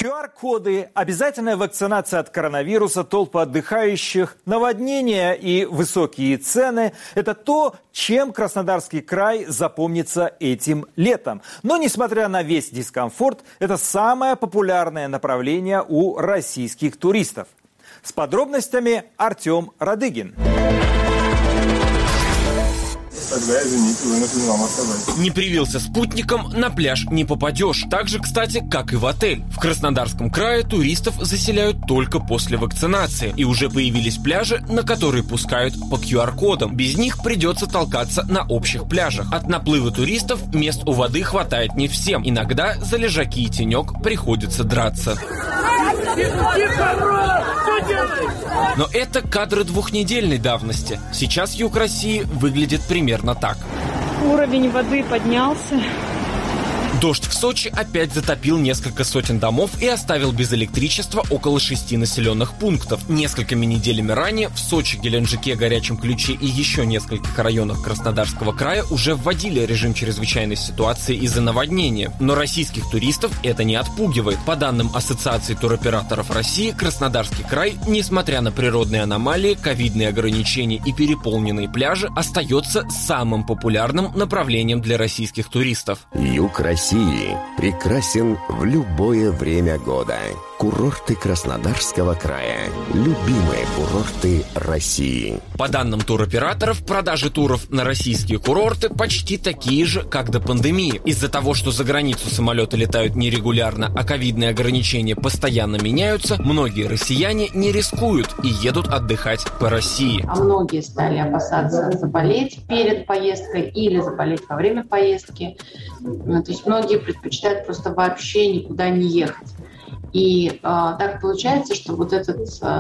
QR-коды, обязательная вакцинация от коронавируса, толпы отдыхающих, наводнения и высокие цены – это то, чем Краснодарский край запомнится этим летом. Но, несмотря на весь дискомфорт, это самое популярное направление у российских туристов. С подробностями Артем Радыгин. Тогда, извините, вынужден вам отказать. Не привился спутником, на пляж не попадешь. Так же, кстати, как и в отель. В Краснодарском крае туристов заселяют только после вакцинации. И уже появились пляжи, на которые пускают по QR-кодам. Без них придется толкаться на общих пляжах. От наплыва туристов мест у воды хватает не всем. Иногда за лежаки и тенек приходится драться. Но это кадры двухнедельной давности. Сейчас юг России выглядит примерно так. Уровень воды поднялся. Дождь в Сочи опять затопил несколько сотен домов и оставил без электричества около 6 населенных пунктов. Несколькими неделями ранее в Сочи, Геленджике, Горячем Ключе и еще нескольких районах Краснодарского края уже вводили режим чрезвычайной ситуации из-за наводнения. Но российских туристов это не отпугивает. По данным Ассоциации туроператоров России, Краснодарский край, несмотря на природные аномалии, ковидные ограничения и переполненные пляжи, остается самым популярным направлением для российских туристов. Юг России прекрасен в любое время года. Курорты Краснодарского края. Любимые курорты России. По данным туроператоров, продажи туров на российские курорты почти такие же, как до пандемии. Из-за того, что за границу самолеты летают нерегулярно, а ковидные ограничения постоянно меняются, многие россияне не рискуют и едут отдыхать по России. А многие стали опасаться заболеть перед поездкой или заболеть во время поездки. То есть многие предпочитают просто вообще никуда не ехать. И так получается, что вот это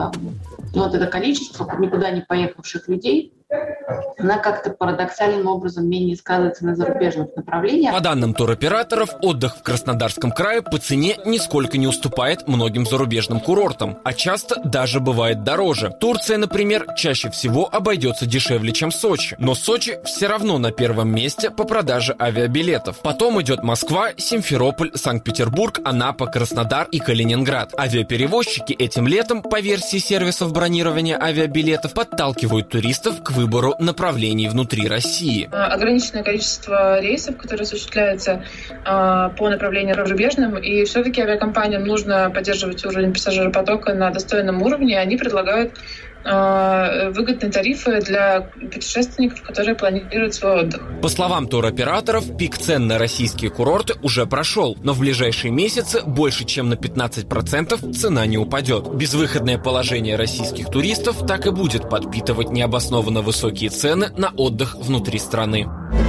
количество никуда не поехавших людей, она как-то парадоксальным образом менее сказывается на зарубежных направлениях. По данным туроператоров, отдых в Краснодарском крае по цене нисколько не уступает многим зарубежным курортам, а часто даже бывает дороже. Турция, например, чаще всего обойдется дешевле, чем Сочи. Но Сочи все равно на первом месте по продаже авиабилетов. Потом идет Москва, Симферополь, Санкт-Петербург, Анапа, Краснодар и Калининград. Авиаперевозчики этим летом, по версии сервисов бронирования авиабилетов, подталкивают туристов к выбору направлений внутри России. Ограниченное количество рейсов, которые осуществляются по направлению зарубежным, и все-таки авиакомпаниям нужно поддерживать уровень пассажиропотока на достойном уровне, и они предлагают выгодные тарифы для путешественников, которые планируют свой отдых. По словам туроператоров, пик цен на российские курорты уже прошел, но в ближайшие месяцы больше чем на 15% цена не упадет. Безвыходное положение российских туристов так и будет подпитывать необоснованно высокие цены на отдых внутри страны.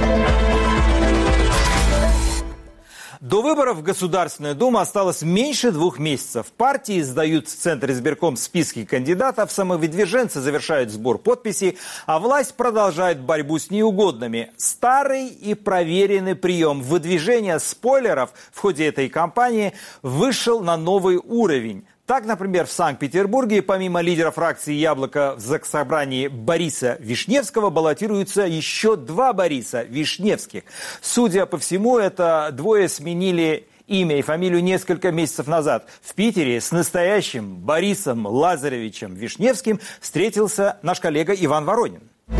До выборов в Государственную Думу осталось меньше 2 месяцев. Партии сдают в Центр избирком списки кандидатов, самовыдвиженцы завершают сбор подписей, а власть продолжает борьбу с неугодными. Старый и проверенный прием выдвижения спойлеров в ходе этой кампании вышел на новый уровень. Так, например, в Санкт-Петербурге помимо лидера фракции «Яблоко» в Заксобрании Бориса Вишневского баллотируются еще 2 Бориса Вишневских. Судя по всему, это двое сменили имя и фамилию несколько месяцев назад. В Питере с настоящим Борисом Лазаревичем Вишневским встретился наш коллега Иван Воронин.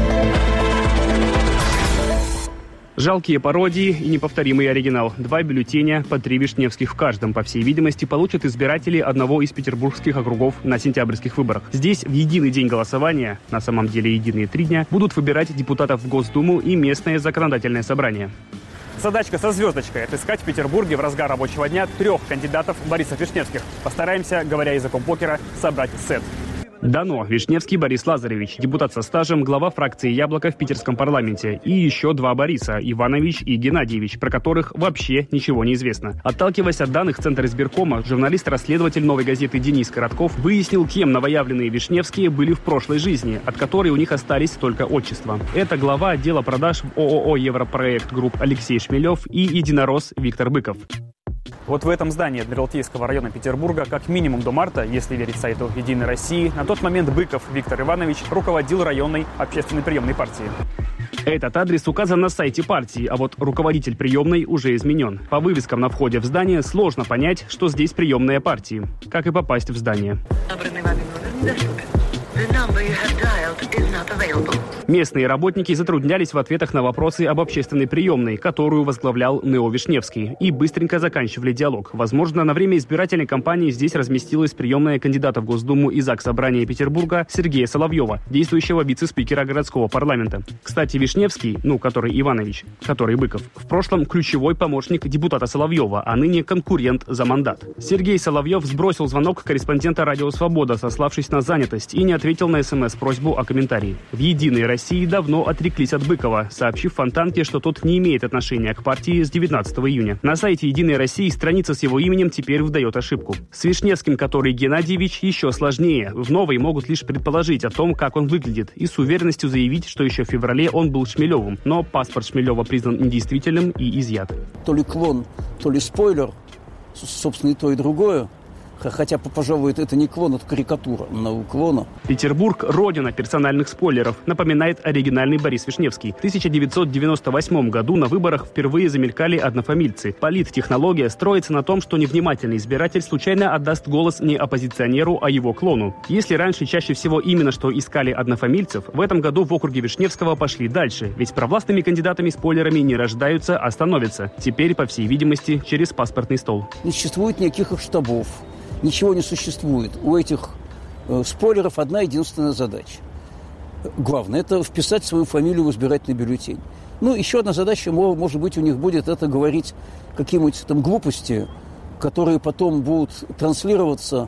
Жалкие пародии и неповторимый оригинал. 2 бюллетеня, по 3 Вишневских в каждом, по всей видимости, получат избиратели одного из петербургских округов на сентябрьских выборах. Здесь в единый день голосования, на самом деле единые 3 дня, будут выбирать депутатов в Госдуму и местное законодательное собрание. Задачка со звездочкой – отыскать в Петербурге в разгар рабочего дня 3 кандидатов Бориса Вишневских. Постараемся, говоря языком покера, собрать сет. Дано. Вишневский Борис Лазаревич, депутат со стажем, глава фракции «Яблоко» в питерском парламенте. И еще 2 Бориса – Иванович и Геннадьевич, про которых вообще ничего не известно. Отталкиваясь от данных Центра избиркома, журналист-расследователь «Новой газеты» Денис Коротков выяснил, кем новоявленные Вишневские были в прошлой жизни, от которой у них остались только отчества. Это глава отдела продаж в ООО «Европроект Групп» Алексей Шмелев и единорос Виктор Быков. Вот в этом здании Адмиралтейского района Петербурга как минимум до марта, если верить сайту «Единой России», на тот момент Быков Виктор Иванович руководил районной общественной приемной партией. Этот адрес указан на сайте партии, а вот руководитель приемной уже изменен. По вывескам на входе в здание сложно понять, что здесь приемная партии. Как и попасть в здание. Местные работники затруднялись в ответах на вопросы об общественной приемной, которую возглавлял Н.О. Вишневский, и быстренько заканчивали диалог. Возможно, на время избирательной кампании здесь разместилась приемная кандидата в Госдуму из Заксобрания Петербурга Сергея Соловьева, действующего вице-спикера городского парламента. Кстати, Вишневский, который Иванович, который Быков, в прошлом ключевой помощник депутата Соловьева, а ныне конкурент за мандат. Сергей Соловьев сбросил звонок корреспондента «Радио Свобода», сославшись на занятость, и не ответил на СМС-просьбу о комментарии. В «Единой России» давно отреклись от Быкова, сообщив Фонтанке, что тот не имеет отношения к партии с 19 июня. На сайте «Единой России» страница с его именем теперь выдает ошибку. С Вишневским, который Геннадьевич, еще сложнее. В «Новой» могут лишь предположить о том, как он выглядит, и с уверенностью заявить, что еще в феврале он был Шмелевым, но паспорт Шмелева признан недействительным и изъят. То ли клон, то ли спойлер, собственно, и то, и другое. Хотя, пожалуй, это не клон, это карикатура на клона. Петербург – родина персональных спойлеров, напоминает оригинальный Борис Вишневский. В 1998 году на выборах впервые замелькали однофамильцы. Политтехнология строится на том, что невнимательный избиратель случайно отдаст голос не оппозиционеру, а его клону. Если раньше чаще всего именно что искали однофамильцев, в этом году в округе Вишневского пошли дальше. Ведь провластными кандидатами-спойлерами не рождаются, а становятся. Теперь, по всей видимости, через паспортный стол. Не существует никаких их штабов. Ничего не существует. У этих спойлеров одна единственная задача. Главное – это вписать свою фамилию в избирательный бюллетень. Еще одна задача, может быть, у них будет это говорить какие-нибудь там глупости, которые потом будут транслироваться.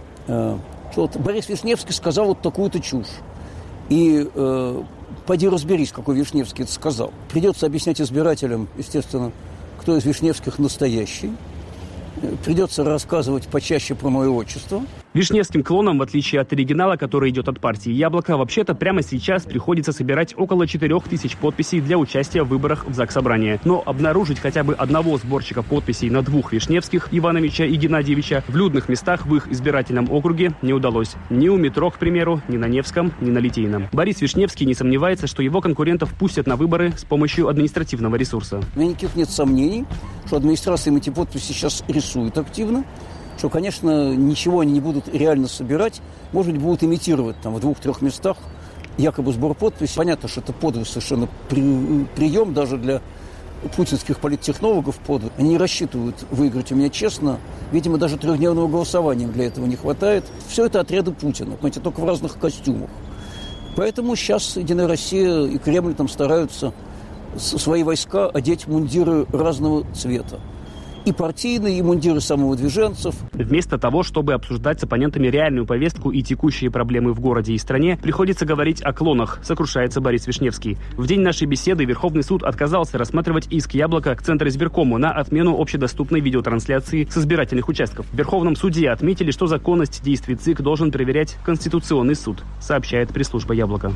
Борис Вишневский сказал вот такую-то чушь. И поди разберись, какой Вишневский это сказал. Придется объяснять избирателям, естественно, кто из Вишневских настоящий. Придется рассказывать почаще про мое отчество. Вишневским клонам, в отличие от оригинала, который идет от партии «Яблоко», вообще-то прямо сейчас приходится собирать около 4000 подписей для участия в выборах в Заксобрание. Но обнаружить хотя бы одного сборщика подписей на двух Вишневских, Ивановича и Геннадьевича, в людных местах в их избирательном округе не удалось. Ни у метро, к примеру, ни на Невском, ни на Литейном. Борис Вишневский не сомневается, что его конкурентов пустят на выборы с помощью административного ресурса. У меня никаких нет сомнений, что администрация им эти подписи сейчас рисует активно. Что, конечно, ничего они не будут реально собирать, может быть, будут имитировать там в 2-3 местах якобы сбор подписей. Понятно, что это подвиг совершенно прием даже для путинских политтехнологов подвиг. Они не рассчитывают выиграть у меня честно. Видимо, даже 3-дневного голосования для этого не хватает. Все это отряды Путина, понимаете, только в разных костюмах. Поэтому сейчас «Единая Россия» и Кремль там стараются свои войска одеть в мундиры разного цвета. И партийные, и мундиры самовыдвиженцев. Вместо того, чтобы обсуждать с оппонентами реальную повестку и текущие проблемы в городе и стране, приходится говорить о клонах, сокрушается Борис Вишневский. В день нашей беседы Верховный суд отказался рассматривать иск «Яблоко» к Центризбиркому на отмену общедоступной видеотрансляции с избирательных участков. В Верховном суде отметили, что законность действий ЦИК должен проверять Конституционный суд, сообщает пресс-служба «Яблоко».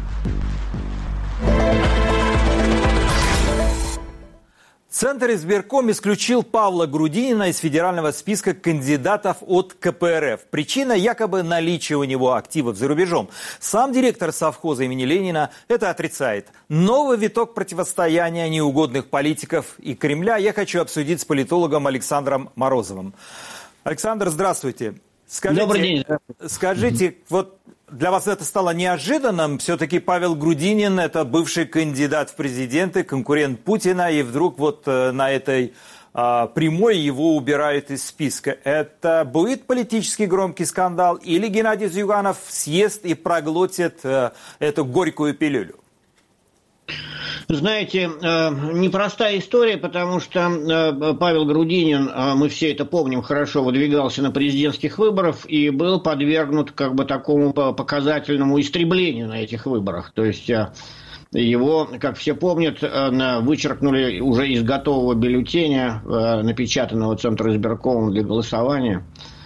Центризбирком исключил Павла Грудинина из федерального списка кандидатов от КПРФ. Причина якобы наличие у него активов за рубежом. Сам директор совхоза имени Ленина это отрицает. Новый виток противостояния неугодных политиков и Кремля я хочу обсудить с политологом Александром Морозовым. Александр, здравствуйте. Добрый день. Скажите, вот для вас это стало неожиданным? Все-таки Павел Грудинин – это бывший кандидат в президенты, конкурент Путина, и вдруг вот на этой прямой его убирают из списка. Это будет политический громкий скандал или Геннадий Зюганов съест и проглотит эту горькую пилюлю? Знаете, непростая история, потому что Павел Грудинин, мы все это помним хорошо, выдвигался на президентских выборах и был подвергнут как бы такому показательному истреблению на этих выборах. То есть его, как все помнят, вычеркнули уже из готового бюллетеня, напечатанного Центризбиркомом для голосования.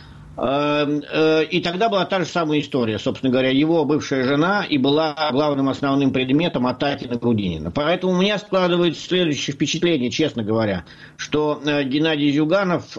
И тогда была та же самая история. Собственно говоря, его бывшая жена и была главным основным предметом атаки на Грудинина. Поэтому у меня складывается следующее впечатление, честно говоря, что Геннадий Зюганов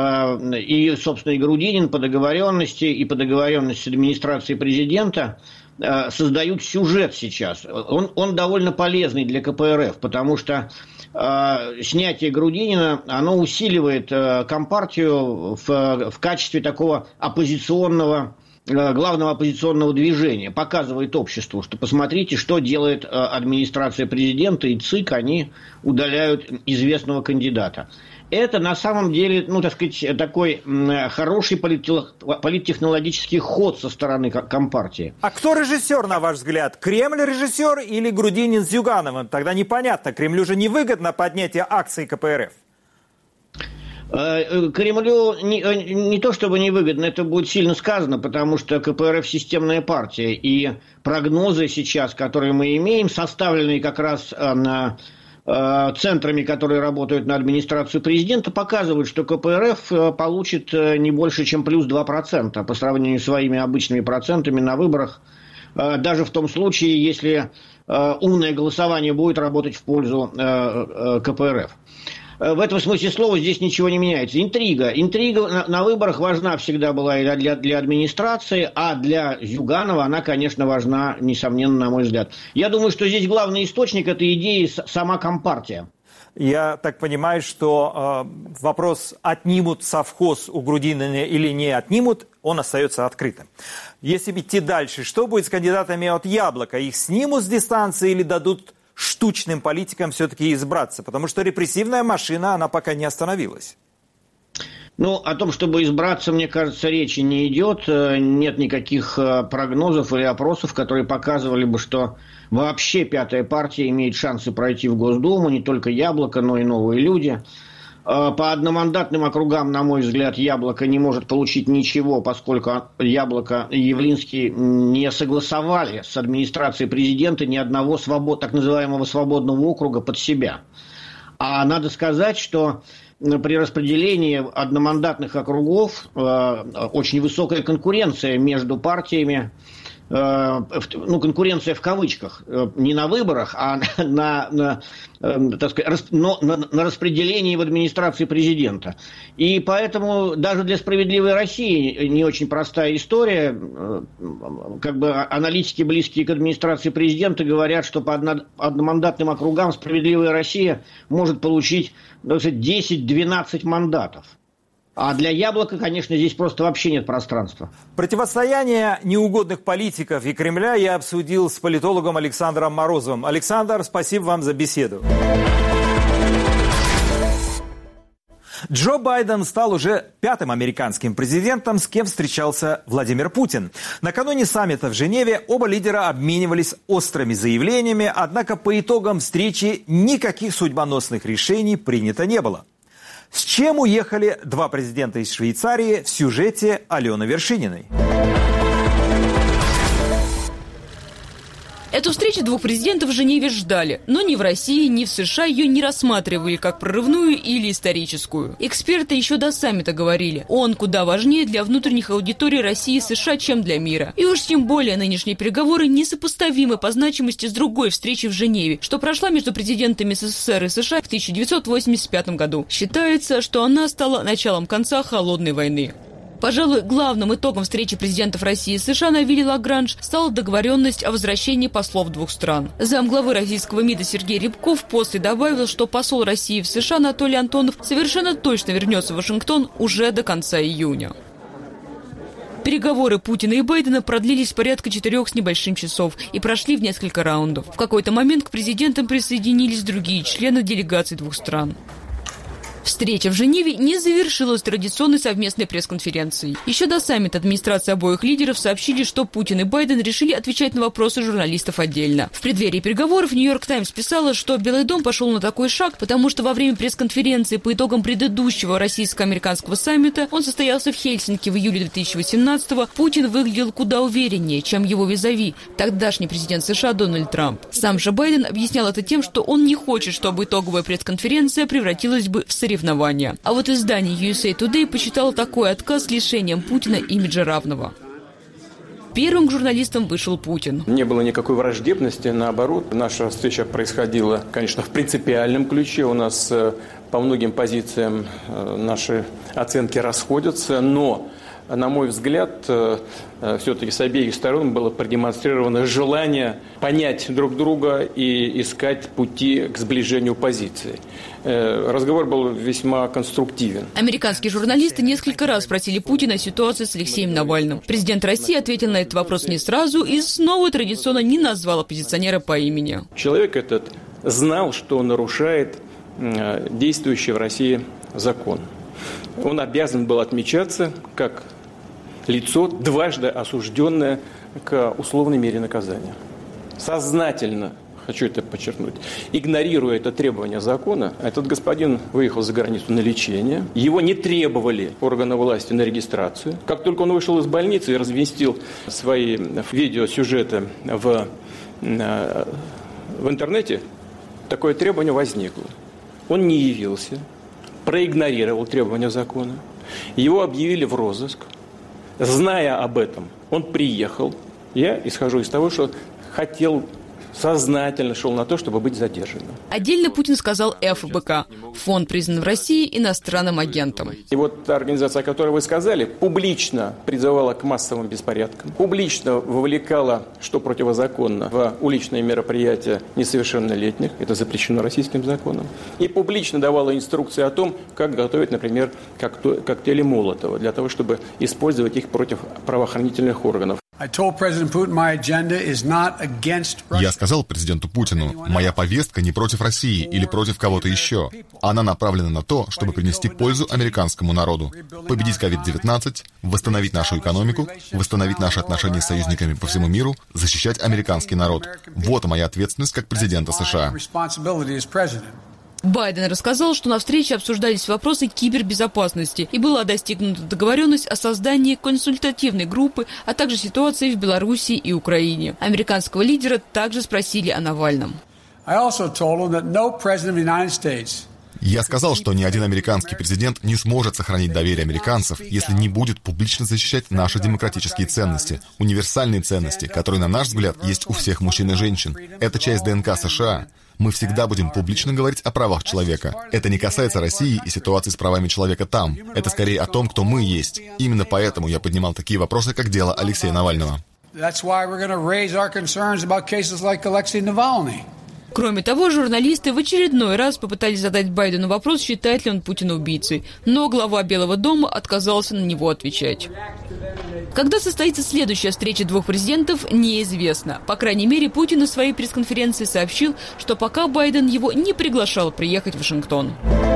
и, собственно, и Грудинин по договоренности и по договоренности с администрацией президента создают сюжет сейчас. Он довольно полезный для КПРФ, потому что снятие Грудинина, оно усиливает Компартию в качестве такого главного оппозиционного движения, показывает обществу, что посмотрите, что делает администрация президента и ЦИК, они удаляют известного кандидата. Это на самом деле, такой хороший политтехнологический ход со стороны Компартии. А кто режиссер, на ваш взгляд? Кремль режиссер или Грудинин с Зюгановым? Тогда непонятно, Кремлю же невыгодно поднятие акций КПРФ. Кремлю не то чтобы невыгодно, это будет сильно сказано, потому что КПРФ системная партия, и прогнозы сейчас, которые мы имеем, составленные как раз центрами, которые работают на администрацию президента, показывают, что КПРФ получит не больше, чем плюс 2% по сравнению с своими обычными процентами на выборах, даже в том случае, если умное голосование будет работать в пользу КПРФ. В этом смысле слова здесь ничего не меняется. Интрига на выборах важна всегда была и для администрации, а для Зюганова она, конечно, важна, несомненно, на мой взгляд. Я думаю, что здесь главный источник этой идеи сама Компартия. Я так понимаю, что вопрос, отнимут совхоз у Грудинина или не отнимут, он остается открытым. Если идти дальше, что будет с кандидатами от «Яблока»? Их снимут с дистанции или дадут штучным политикам все-таки избраться? Потому что репрессивная машина, она пока не остановилась. О том, чтобы избраться, мне кажется, речи не идет. Нет никаких прогнозов или опросов, которые показывали бы, что вообще пятая партия имеет шансы пройти в Госдуму. Не только «Яблоко», но и «Новые люди». По одномандатным округам, на мой взгляд, «Яблоко» не может получить ничего, поскольку «Яблоко» и Явлинский не согласовали с администрацией президента ни одного так называемого свободного округа под себя. А надо сказать, что при распределении одномандатных округов очень высокая конкуренция между партиями, конкуренция в кавычках, не на выборах, а на распределении в администрации президента. И поэтому даже для «Справедливой России» не очень простая история. Аналитики, близкие к администрации президента, говорят, что по одномандатным округам «Справедливая Россия» может получить 10-12 мандатов. А для «Яблока», конечно, здесь просто вообще нет пространства. Противостояние неугодных политиков и Кремля я обсудил с политологом Александром Морозовым. Александр, спасибо вам за беседу. Джо Байден стал уже пятым американским президентом, с кем встречался Владимир Путин. Накануне саммита в Женеве оба лидера обменивались острыми заявлениями, однако по итогам встречи никаких судьбоносных решений принято не было. С чем уехали два президента из Швейцарии в сюжете Алены Вершининой? Эту встречу двух президентов в Женеве ждали, но ни в России, ни в США ее не рассматривали как прорывную или историческую. Эксперты еще до саммита говорили, он куда важнее для внутренних аудиторий России и США, чем для мира. И уж тем более нынешние переговоры несопоставимы по значимости с другой встречей в Женеве, что прошла между президентами СССР и США в 1985 году. Считается, что она стала началом конца холодной войны. Пожалуй, главным итогом встречи президентов России и США на вилле Лагранж стала договоренность о возвращении послов двух стран. Замглавы российского МИДа Сергей Рябков после добавил, что посол России в США Анатолий Антонов совершенно точно вернется в Вашингтон уже до конца июня. Переговоры Путина и Байдена продлились порядка 4 с небольшим часов и прошли в несколько раундов. В какой-то момент к президентам присоединились другие члены делегаций двух стран. Встреча в Женеве не завершилась традиционной совместной пресс-конференцией. Еще до саммита администрации обоих лидеров сообщили, что Путин и Байден решили отвечать на вопросы журналистов отдельно. В преддверии переговоров «Нью-Йорк Таймс» писала, что Белый дом пошел на такой шаг, потому что во время пресс-конференции по итогам предыдущего российско-американского саммита, он состоялся в Хельсинки в июле 2018-го, Путин выглядел куда увереннее, чем его визави, тогдашний президент США Дональд Трамп. Сам же Байден объяснял это тем, что он не хочет, чтобы итоговая пресс-конференция превратилась бы в соревнования. А вот издание USA Today посчитало такой отказ лишением Путина имиджа равного. Первым к журналистам вышел Путин. Не было никакой враждебности, наоборот. Наша встреча происходила, конечно, в принципиальном ключе. У нас по многим позициям наши оценки расходятся, но на мой взгляд, все-таки с обеих сторон было продемонстрировано желание понять друг друга и искать пути к сближению позиций. Разговор был весьма конструктивен. Американские журналисты несколько раз спросили Путина о ситуации с Алексеем Навальным. Президент России ответил на этот вопрос не сразу и снова традиционно не назвал оппозиционера по имени. Человек этот знал, что нарушает действующий в России закон. Он обязан был отмечаться как лицо, дважды осужденное к условной мере наказания. Сознательно, хочу это подчеркнуть, игнорируя это требование закона, этот господин выехал за границу на лечение. Его не требовали органы власти на регистрацию. Как только он вышел из больницы и разместил свои видеосюжеты в интернете, такое требование возникло. Он не явился, проигнорировал требования закона. Его объявили в розыск. Зная об этом, он приехал. Я исхожу из того, что сознательно шел на то, чтобы быть задержанным. Отдельно Путин сказал ФБК. Фонд признан в России иностранным агентом. И вот та организация, о которой вы сказали, публично призывала к массовым беспорядкам, публично вовлекала, что противозаконно, в уличные мероприятия несовершеннолетних, это запрещено российским законом, и публично давала инструкции о том, как готовить, например, коктейли Молотова, для того, чтобы использовать их против правоохранительных органов. Я сказал президенту Путину, моя повестка не против России или против кого-то еще. Она направлена на то, чтобы принести пользу американскому народу, победить COVID-19, восстановить нашу экономику, восстановить наши отношения с союзниками по всему миру, защищать американский народ. Вот моя ответственность как президента США. Байден рассказал, что на встрече обсуждались вопросы кибербезопасности и была достигнута договоренность о создании консультативной группы, а также ситуации в Беларуси и Украине. Американского лидера также спросили о Навальном. Я сказал, что ни один американский президент не сможет сохранить доверие американцев, если не будет публично защищать наши демократические ценности, универсальные ценности, которые, на наш взгляд, есть у всех мужчин и женщин. Это часть ДНК США. Мы всегда будем публично говорить о правах человека. Это не касается России и ситуации с правами человека там. Это скорее о том, кто мы есть. Именно поэтому я поднимал такие вопросы, как дело Алексея Навального. Кроме того, журналисты в очередной раз попытались задать Байдену вопрос, считает ли он Путина убийцей. Но глава Белого дома отказался на него отвечать. Когда состоится следующая встреча двух президентов, неизвестно. По крайней мере, Путин на своей пресс-конференции сообщил, что пока Байден его не приглашал приехать в Вашингтон.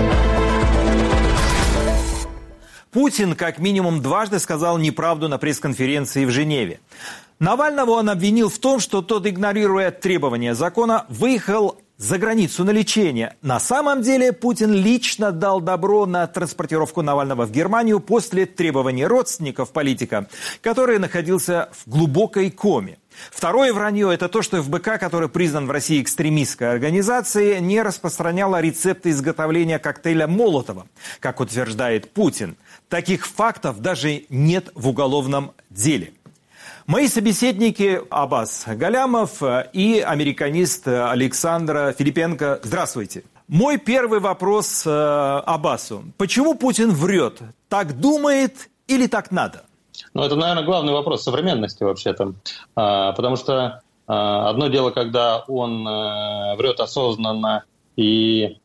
Путин как минимум дважды сказал неправду на пресс-конференции в Женеве. Навального он обвинил в том, что тот, игнорируя требования закона, выехал за границу на лечение. На самом деле Путин лично дал добро на транспортировку Навального в Германию после требований родственников политика, который находился в глубокой коме. Второе вранье – это то, что ФБК, который признан в России экстремистской организацией, не распространяла рецепты изготовления коктейля Молотова, как утверждает Путин. Таких фактов даже нет в уголовном деле. Мои собеседники Аббас Галямов и американист Александра Филипенко. Здравствуйте. Мой первый вопрос Аббасу. Почему Путин врет? Так думает или так надо? Это, наверное, главный вопрос современности вообще-то. Потому что одно дело, когда он врет осознанно, и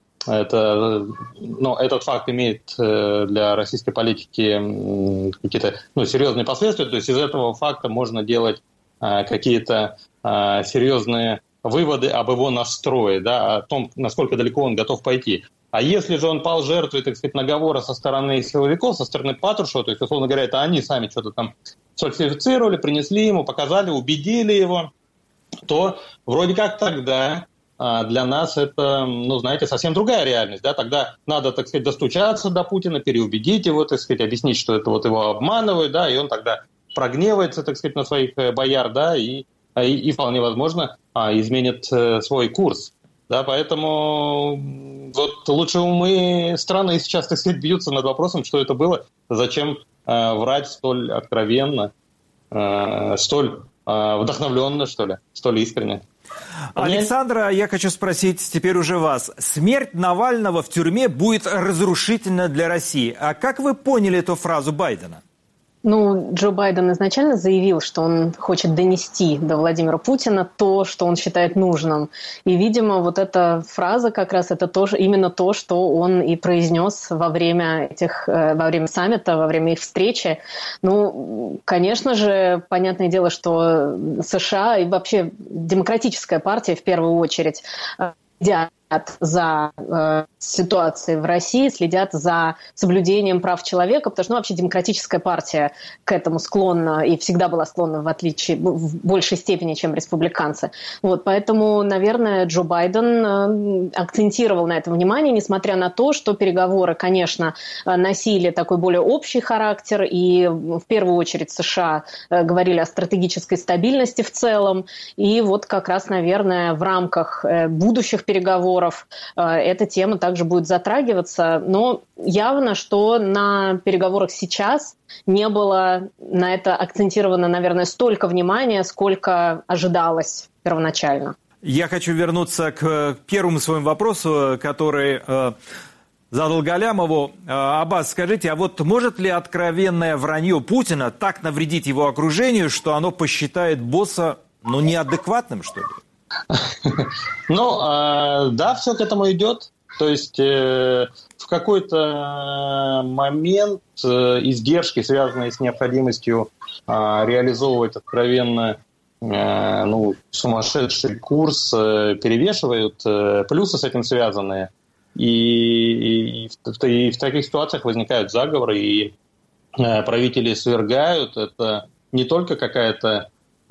этот факт имеет для российской политики какие-то серьезные последствия. То есть из этого факта можно делать какие-то серьезные выводы об его настрое, о том, насколько далеко он готов пойти. А если же он пал жертвой, так сказать, наговора со стороны силовиков, со стороны Патрушева, то есть, условно говоря, это они сами что-то там сфальсифицировали, принесли ему, показали, убедили его, то вроде как тогда для нас это, совсем другая реальность. Тогда надо, так сказать, достучаться до Путина, переубедить его, так сказать, объяснить, что это его обманывают, и он тогда прогневается, так сказать, на своих бояр, и вполне возможно изменит свой курс. Поэтому лучше умы страны сейчас, так сказать, бьются над вопросом, что это было, зачем врать столь откровенно, столь вдохновленно, столь искренне. Александра, я хочу спросить теперь уже вас. Смерть Навального в тюрьме будет разрушительна для России. А как вы поняли эту фразу Байдена? Джо Байден изначально заявил, что он хочет донести до Владимира Путина то, что он считает нужным. И, видимо, вот эта фраза как раз это тоже именно то, что он и произнес во время саммита, во время их встречи. Конечно же, понятное дело, что США и вообще демократическая партия в первую очередь следят за ситуацией в России, следят за соблюдением прав человека, потому что вообще демократическая партия к этому склонна и всегда была склонна в большей степени, чем республиканцы. Поэтому, наверное, Джо Байден акцентировал на этом внимание, несмотря на то, что переговоры, конечно, носили такой более общий характер, и в первую очередь США говорили о стратегической стабильности в целом, и как раз, наверное, в рамках будущих переговоров эта тема также будет затрагиваться, но явно, что на переговорах сейчас не было на это акцентировано, наверное, столько внимания, сколько ожидалось первоначально. Я хочу вернуться к первому своему вопросу, который задал Галлямову. Аббас, скажите, может ли откровенное вранье Путина так навредить его окружению, что оно посчитает босса, неадекватным, что ли? Да, все к этому идет. То есть в какой-то момент издержки, связанные с необходимостью реализовывать откровенно сумасшедший курс, перевешивают плюсы с этим связанные. И в таких ситуациях возникают заговоры, и правители свергают. Это не только какая-то,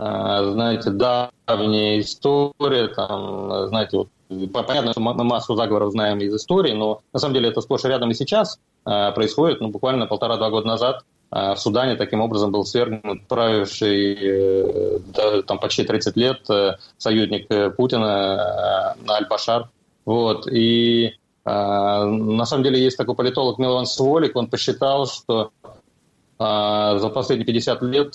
давняя история, понятно, что мы массу заговоров знаем из истории, но на самом деле это сплошь и рядом и сейчас происходит. Буквально 1,5-2 года назад в Судане таким образом был свергнут правивший почти 30 лет союзник Путина Аль-Башар. И на самом деле есть такой политолог Милован Сволик, он посчитал, что за последние 50 лет,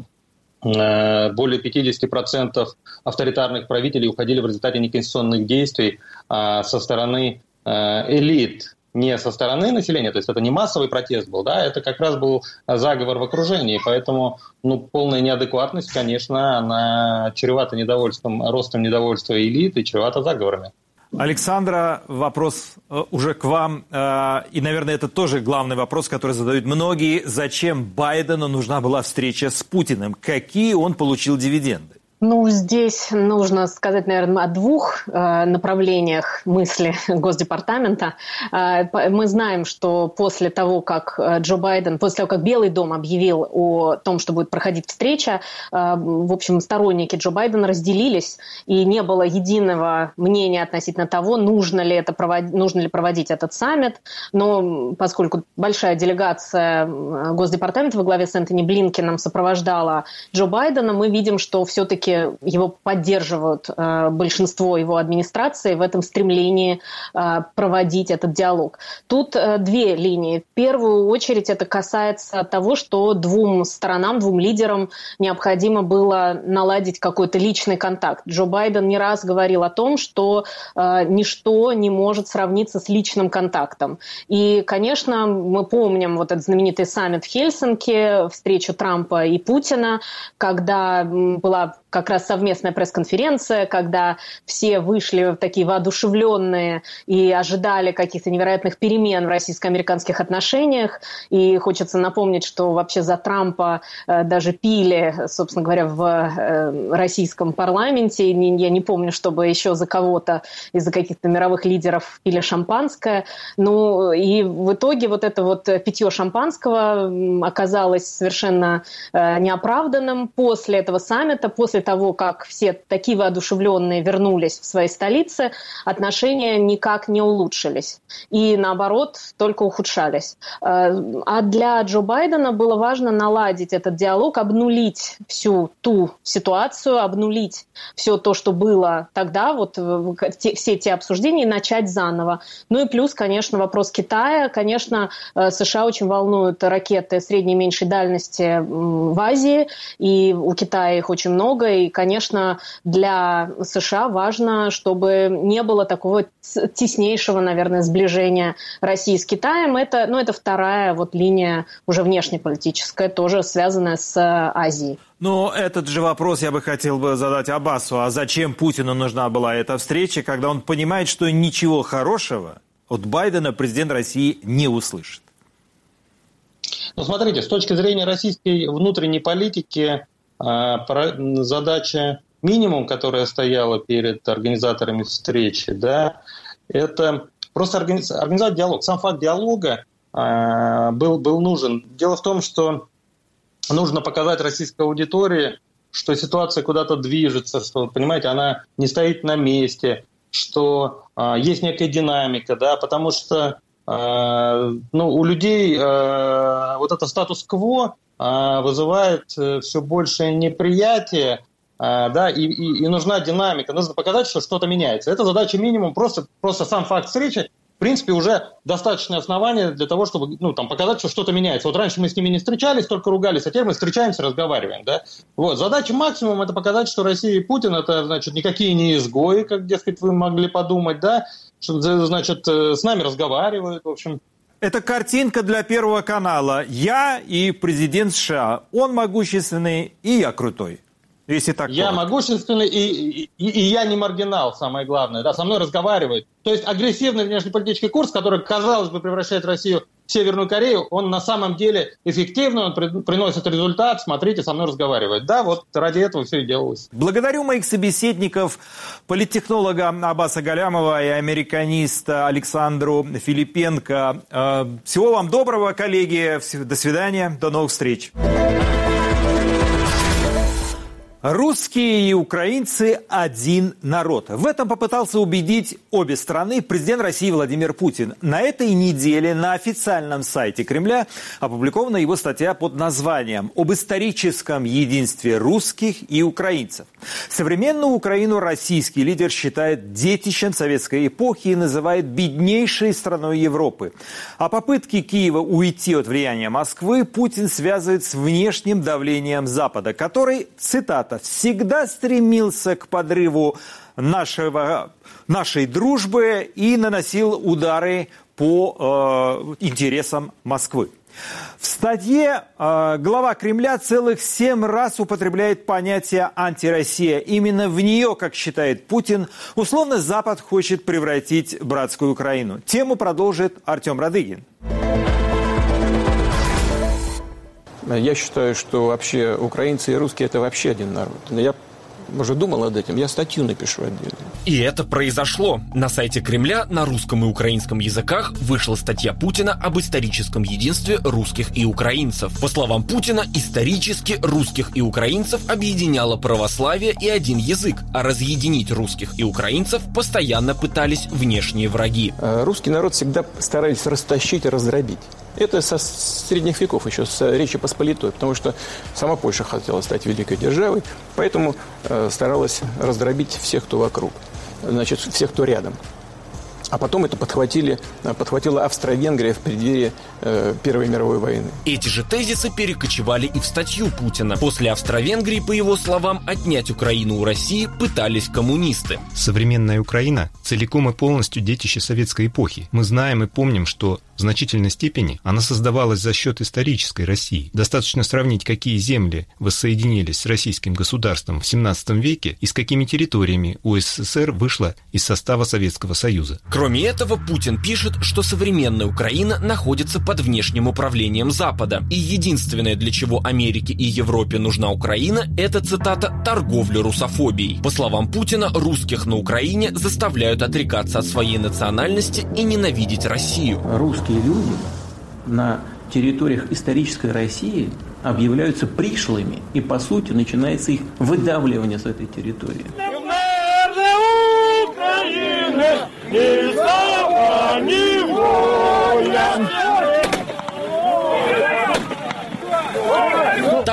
более 50% авторитарных правителей уходили в результате неконституционных действий со стороны элит, не со стороны населения, то есть это не массовый протест был, это как раз был заговор в окружении, поэтому полная неадекватность, конечно, она чревата ростом недовольства элит и чревата заговорами. Александра, вопрос уже к вам. И, наверное, это тоже главный вопрос, который задают многие. Зачем Байдену нужна была встреча с Путиным? Какие он получил дивиденды? Здесь нужно сказать, наверное, о двух направлениях мысли Госдепартамента. Мы знаем, что после того, как Белый дом объявил о том, что будет проходить встреча, в общем, сторонники Джо Байдена разделились, и не было единого мнения относительно того, нужно ли проводить этот саммит. Но поскольку большая делегация Госдепартамента во главе с Энтони Блинкеном сопровождала Джо Байдена, мы видим, что все-таки его поддерживают большинство его администрации в этом стремлении проводить этот диалог. Тут две линии. В первую очередь это касается того, что двум лидерам необходимо было наладить какой-то личный контакт. Джо Байден не раз говорил о том, что ничто не может сравниться с личным контактом. И, конечно, мы помним этот знаменитый саммит в Хельсинки, встречу Трампа и Путина, когда была как раз совместная пресс-конференция, когда все вышли такие воодушевленные и ожидали каких-то невероятных перемен в российско-американских отношениях. И хочется напомнить, что вообще за Трампа даже пили, собственно говоря, в российском парламенте. Я не помню, чтобы еще за кого-то из-за каких-то мировых лидеров пили шампанское. И в итоге это питье шампанского оказалось совершенно неоправданным после этого саммита, после того, как все такие воодушевленные вернулись в свои столицы, отношения никак не улучшились. И, наоборот, только ухудшались. А для Джо Байдена было важно наладить этот диалог, обнулить всю ту ситуацию, обнулить все то, что было тогда, все те обсуждения, и начать заново. И плюс, конечно, вопрос Китая. Конечно, США очень волнуют ракеты средней и меньшей дальности в Азии, и у Китая их очень много, много. И, конечно, для США важно, чтобы не было такого теснейшего, наверное, сближения России с Китаем. Это вторая линия уже внешнеполитическая, тоже связанная с Азией. Но этот же вопрос я бы хотел задать Аббасу. А зачем Путину нужна была эта встреча, когда он понимает, что ничего хорошего от Байдена президент России не услышит? Ну, смотрите, с точки зрения российской внутренней политики, задача минимум, которая стояла перед организаторами встречи, да, это просто организовать диалог. Сам факт диалога был нужен. Дело в том, что нужно показать российской аудитории, что ситуация куда-то движется, что, понимаете, она не стоит на месте, что есть некая динамика, да, потому что у людей это статус-кво вызывает все большее неприятие, да, и нужна динамика, нужно показать, что что-то меняется. Это задача минимум, просто сам факт встречи, в принципе, уже достаточное основание для того, чтобы показать, что что-то меняется. Вот раньше мы с ними не встречались, только ругались, а теперь мы встречаемся, разговариваем. Да? Задача максимум – это показать, что Россия и Путин – это, значит, никакие не изгои, как, дескать, вы могли подумать, да? Что, значит, с нами разговаривают, в общем. Это картинка для Первого канала. Я и президент США. Он могущественный, и я крутой. Если так я могущественный, и я не маргинал, самое главное. Да, со мной разговаривают. То есть агрессивный внешнеполитический курс, который, казалось бы, превращает Россию в Северную Корею, он на самом деле эффективный, он приносит результат. Смотрите, со мной разговаривают. Да, ради этого все и делалось. Благодарю моих собеседников, политтехнолога Аббаса Галямова и американиста Александру Филипенко. Всего вам доброго, коллеги. До свидания. До новых встреч. Русские и украинцы – один народ. В этом попытался убедить обе страны президент России Владимир Путин. На этой неделе на официальном сайте Кремля опубликована его статья под названием «Об историческом единстве русских и украинцев». Современную Украину российский лидер считает детищем советской эпохи и называет беднейшей страной Европы. А попытки Киева уйти от влияния Москвы Путин связывает с внешним давлением Запада, который, цитата, всегда стремился к подрыву нашей дружбы и наносил удары по интересам Москвы. В статье глава Кремля целых 7 раз употребляет понятие «антироссия». Именно в нее, как считает Путин, условно Запад хочет превратить братскую Украину. Тему продолжит Артем Радыгин. Я считаю, что вообще украинцы и русские – это вообще один народ. Я уже думал над этим, я статью напишу отдельно. И это произошло. На сайте Кремля на русском и украинском языках вышла статья Путина об историческом единстве русских и украинцев. По словам Путина, исторически русских и украинцев объединяло православие и один язык, а разъединить русских и украинцев постоянно пытались внешние враги. Русский народ всегда старались растащить и раздробить. Это со средних веков еще, с Речи Посполитой, потому что сама Польша хотела стать великой державой, поэтому старалась раздробить всех, кто вокруг, значит, всех, кто рядом. А потом это подхватила Австро-Венгрия в преддверии Первой мировой войны. Эти же тезисы перекочевали и в статью Путина. После Австро-Венгрии, по его словам, отнять Украину у России пытались коммунисты. Современная Украина целиком и полностью детище советской эпохи. Мы знаем и помним, что в значительной степени она создавалась за счет исторической России. Достаточно сравнить, какие земли воссоединились с российским государством в XVII веке и с какими территориями УССР вышла из состава Советского Союза. Кроме этого, Путин пишет, что современная Украина находится под внешним управлением Запада. И единственное, для чего Америке и Европе нужна Украина, это, цитата, «торговля русофобией». По словам Путина, русских на Украине заставляют отрекаться от своей национальности и ненавидеть Россию. Русские люди на территориях исторической России объявляются пришлыми, и, по сути, начинается их выдавливание с этой территории.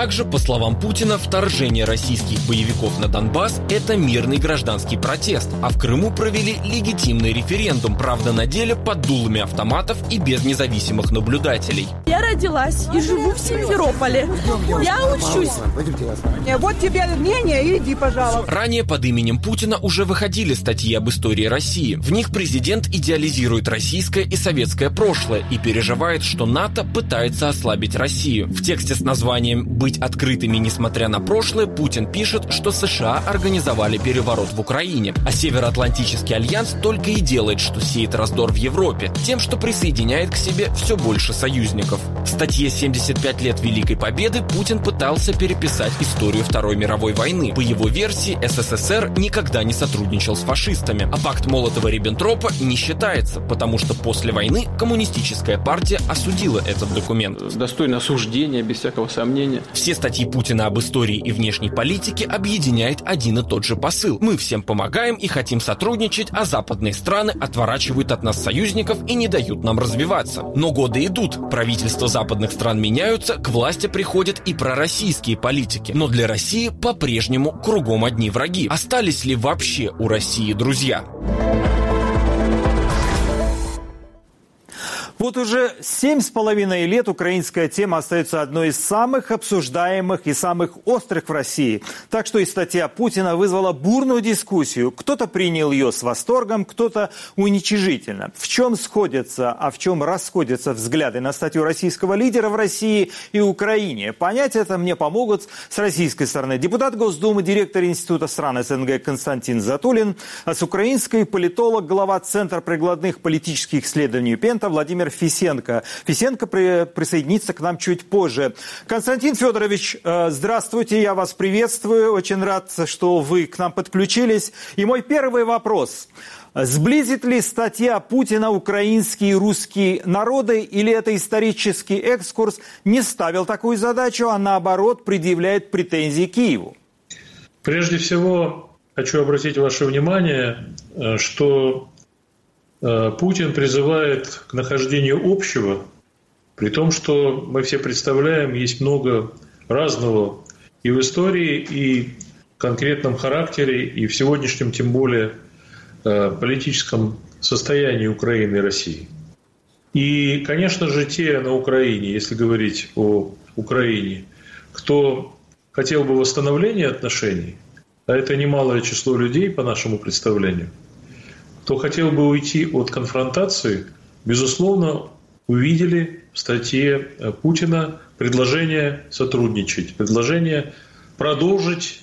Также, по словам Путина, вторжение российских боевиков на Донбасс – это мирный гражданский протест, а в Крыму провели легитимный референдум, правда, на деле под дулами автоматов и без независимых наблюдателей. Я родилась и живу в Симферополе. Я учусь. Вот тебе мнение, иди, пожалуйста. Ранее под именем Путина уже выходили статьи об истории России. В них президент идеализирует российское и советское прошлое и переживает, что НАТО пытается ослабить Россию. В тексте с названием «Быть открытыми, несмотря на прошлое» Путин пишет, что США организовали переворот в Украине, а Североатлантический альянс только и делает, что сеет раздор в Европе, тем, что присоединяет к себе все больше союзников. В статье «75 лет Великой Победы» Путин пытался переписать историю Второй мировой войны. По его версии, СССР никогда не сотрудничал с фашистами, а пакт Молотова-Риббентропа не считается, потому что после войны коммунистическая партия осудила этот документ. Достойно осуждения, без всякого сомнения. Все статьи Путина об истории и внешней политике объединяет один и тот же посыл. Мы всем помогаем и хотим сотрудничать, а западные страны отворачивают от нас союзников и не дают нам развиваться. Но годы идут, правительства западных стран меняются, к власти приходят и пророссийские политики. Но для России по-прежнему кругом одни враги. Остались ли вообще у России друзья? Вот уже 7,5 лет украинская тема остается одной из самых обсуждаемых и самых острых в России. Так что и статья Путина вызвала бурную дискуссию. Кто-то принял ее с восторгом, кто-то уничижительно. В чем сходятся, а в чем расходятся взгляды на статью российского лидера в России и Украине? Понять это мне помогут с российской стороны депутат Госдумы, директор Института стран СНГ Константин Затулин, а с украинской политолог, глава Центра прикладных политических исследований Пента Владимир Фисенко. Фисенко присоединится к нам чуть позже. Константин Федорович, здравствуйте, я вас приветствую. Очень рад, что вы к нам подключились. И мой первый вопрос. Сблизит ли статья Путина украинские и русские народы, или это исторический экскурс не ставил такую задачу, а наоборот предъявляет претензии Киеву? Прежде всего, хочу обратить ваше внимание, что Путин призывает к нахождению общего, при том, что мы все представляем, есть много разного и в истории, и в конкретном характере, и в сегодняшнем, тем более, политическом состоянии Украины и России. И, конечно же, те на Украине, если говорить о Украине, кто хотел бы восстановления отношений, а это немалое число людей, по нашему представлению, кто хотел бы уйти от конфронтации, безусловно, увидели в статье Путина предложение сотрудничать, предложение продолжить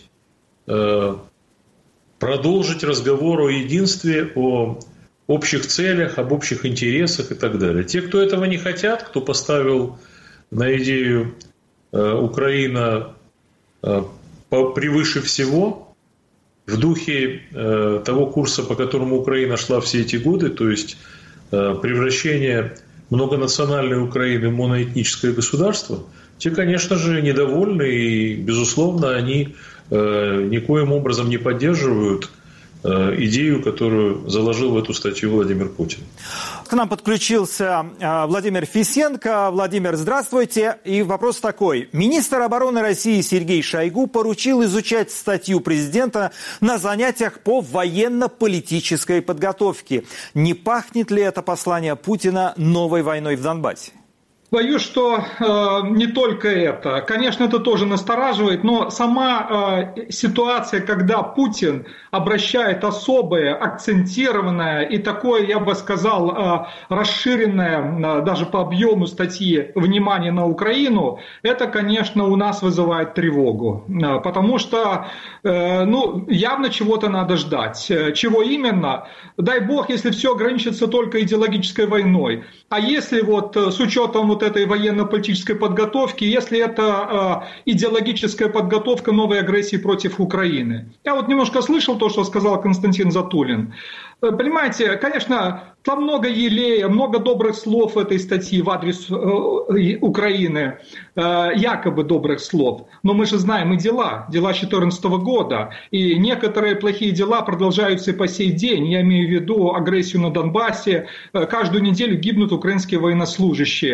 разговор о единстве, о общих целях, об общих интересах и так далее. Те, кто этого не хотят, кто поставил на идею Украина превыше всего, в духе того курса, по которому Украина шла все эти годы, то есть превращение многонациональной Украины в моноэтническое государство, те, конечно же, недовольны и, безусловно, они никоим образом не поддерживают идею, которую заложил в эту статью Владимир Путин. К нам подключился Владимир Фисенко. Владимир, здравствуйте. И вопрос такой. Министр обороны России Сергей Шойгу поручил изучать статью президента на занятиях по военно-политической подготовке. Не пахнет ли это послание Путина новой войной в Донбассе? Боюсь, что не только это. Конечно, это тоже настораживает, но сама ситуация, когда Путин обращает особое, акцентированное и такое, я бы сказал, расширенное даже по объему статьи внимание на Украину, это, конечно, у нас вызывает тревогу. Потому что явно чего-то надо ждать. Чего именно? Дай бог, если все ограничится только идеологической войной. А если вот с учетом этой военно-политической подготовки, если это идеологическая подготовка новой агрессии против Украины. Я вот немножко слышал то, что сказал Константин Затулин. Понимаете, конечно, там много елея, много добрых слов в этой статьи в адрес Украины, якобы добрых слов. Но мы же знаем и дела 2014 года. И некоторые плохие дела продолжаются и по сей день. Я имею в виду агрессию на Донбассе. Каждую неделю гибнут украинские военнослужащие.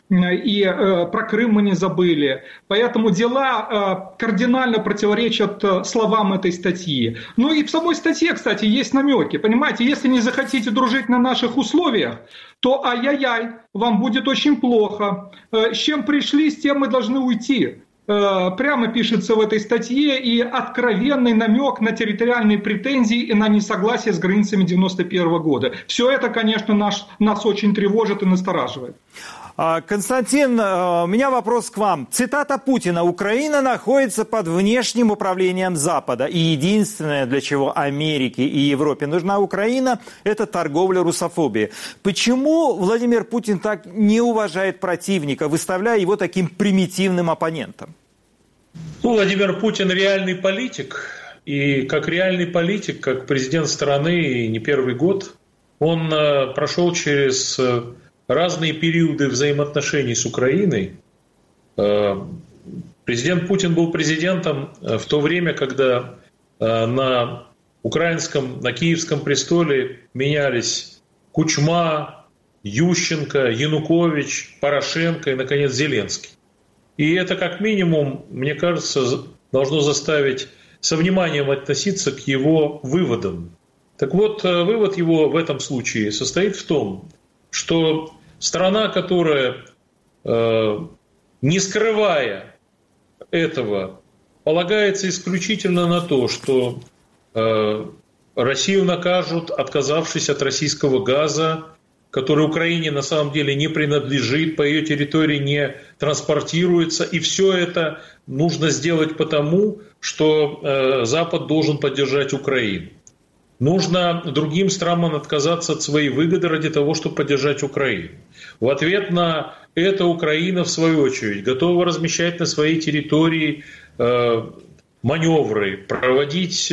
и про Крым мы не забыли. Поэтому дела кардинально противоречат словам этой статьи. Ну и в самой статье, кстати, есть намеки. Понимаете, если не захотите дружить на наших условиях, то ай-яй-яй, вам будет очень плохо. С чем пришли, с тем мы должны уйти. Прямо пишется в этой статье и откровенный намек на территориальные претензии и на несогласие с границами 1991 года. Все это, конечно, нас очень тревожит и настораживает. Константин, у меня вопрос к вам. Цитата Путина: «Украина находится под внешним управлением Запада. И единственное, для чего Америке и Европе нужна Украина, это торговля русофобией». Почему Владимир Путин так не уважает противника, выставляя его таким примитивным оппонентом? Владимир Путин реальный политик. И как реальный политик, как президент страны, и не первый год, он прошел через разные периоды взаимоотношений с Украиной. Президент Путин был президентом в то время, когда на Киевском престоле менялись Кучма, Ющенко, Янукович, Порошенко и, наконец, Зеленский. И это, как минимум, мне кажется, должно заставить со вниманием относиться к его выводам. Так вот, вывод его в этом случае состоит в том, что страна, которая, не скрывая этого, полагается исключительно на то, что Россию накажут, отказавшись от российского газа, который Украине на самом деле не принадлежит, по ее территории не транспортируется. И все это нужно сделать потому, что Запад должен поддержать Украину. Нужно другим странам отказаться от своей выгоды ради того, чтобы поддержать Украину. В ответ на это Украина, в свою очередь, готова размещать на своей территории маневры, проводить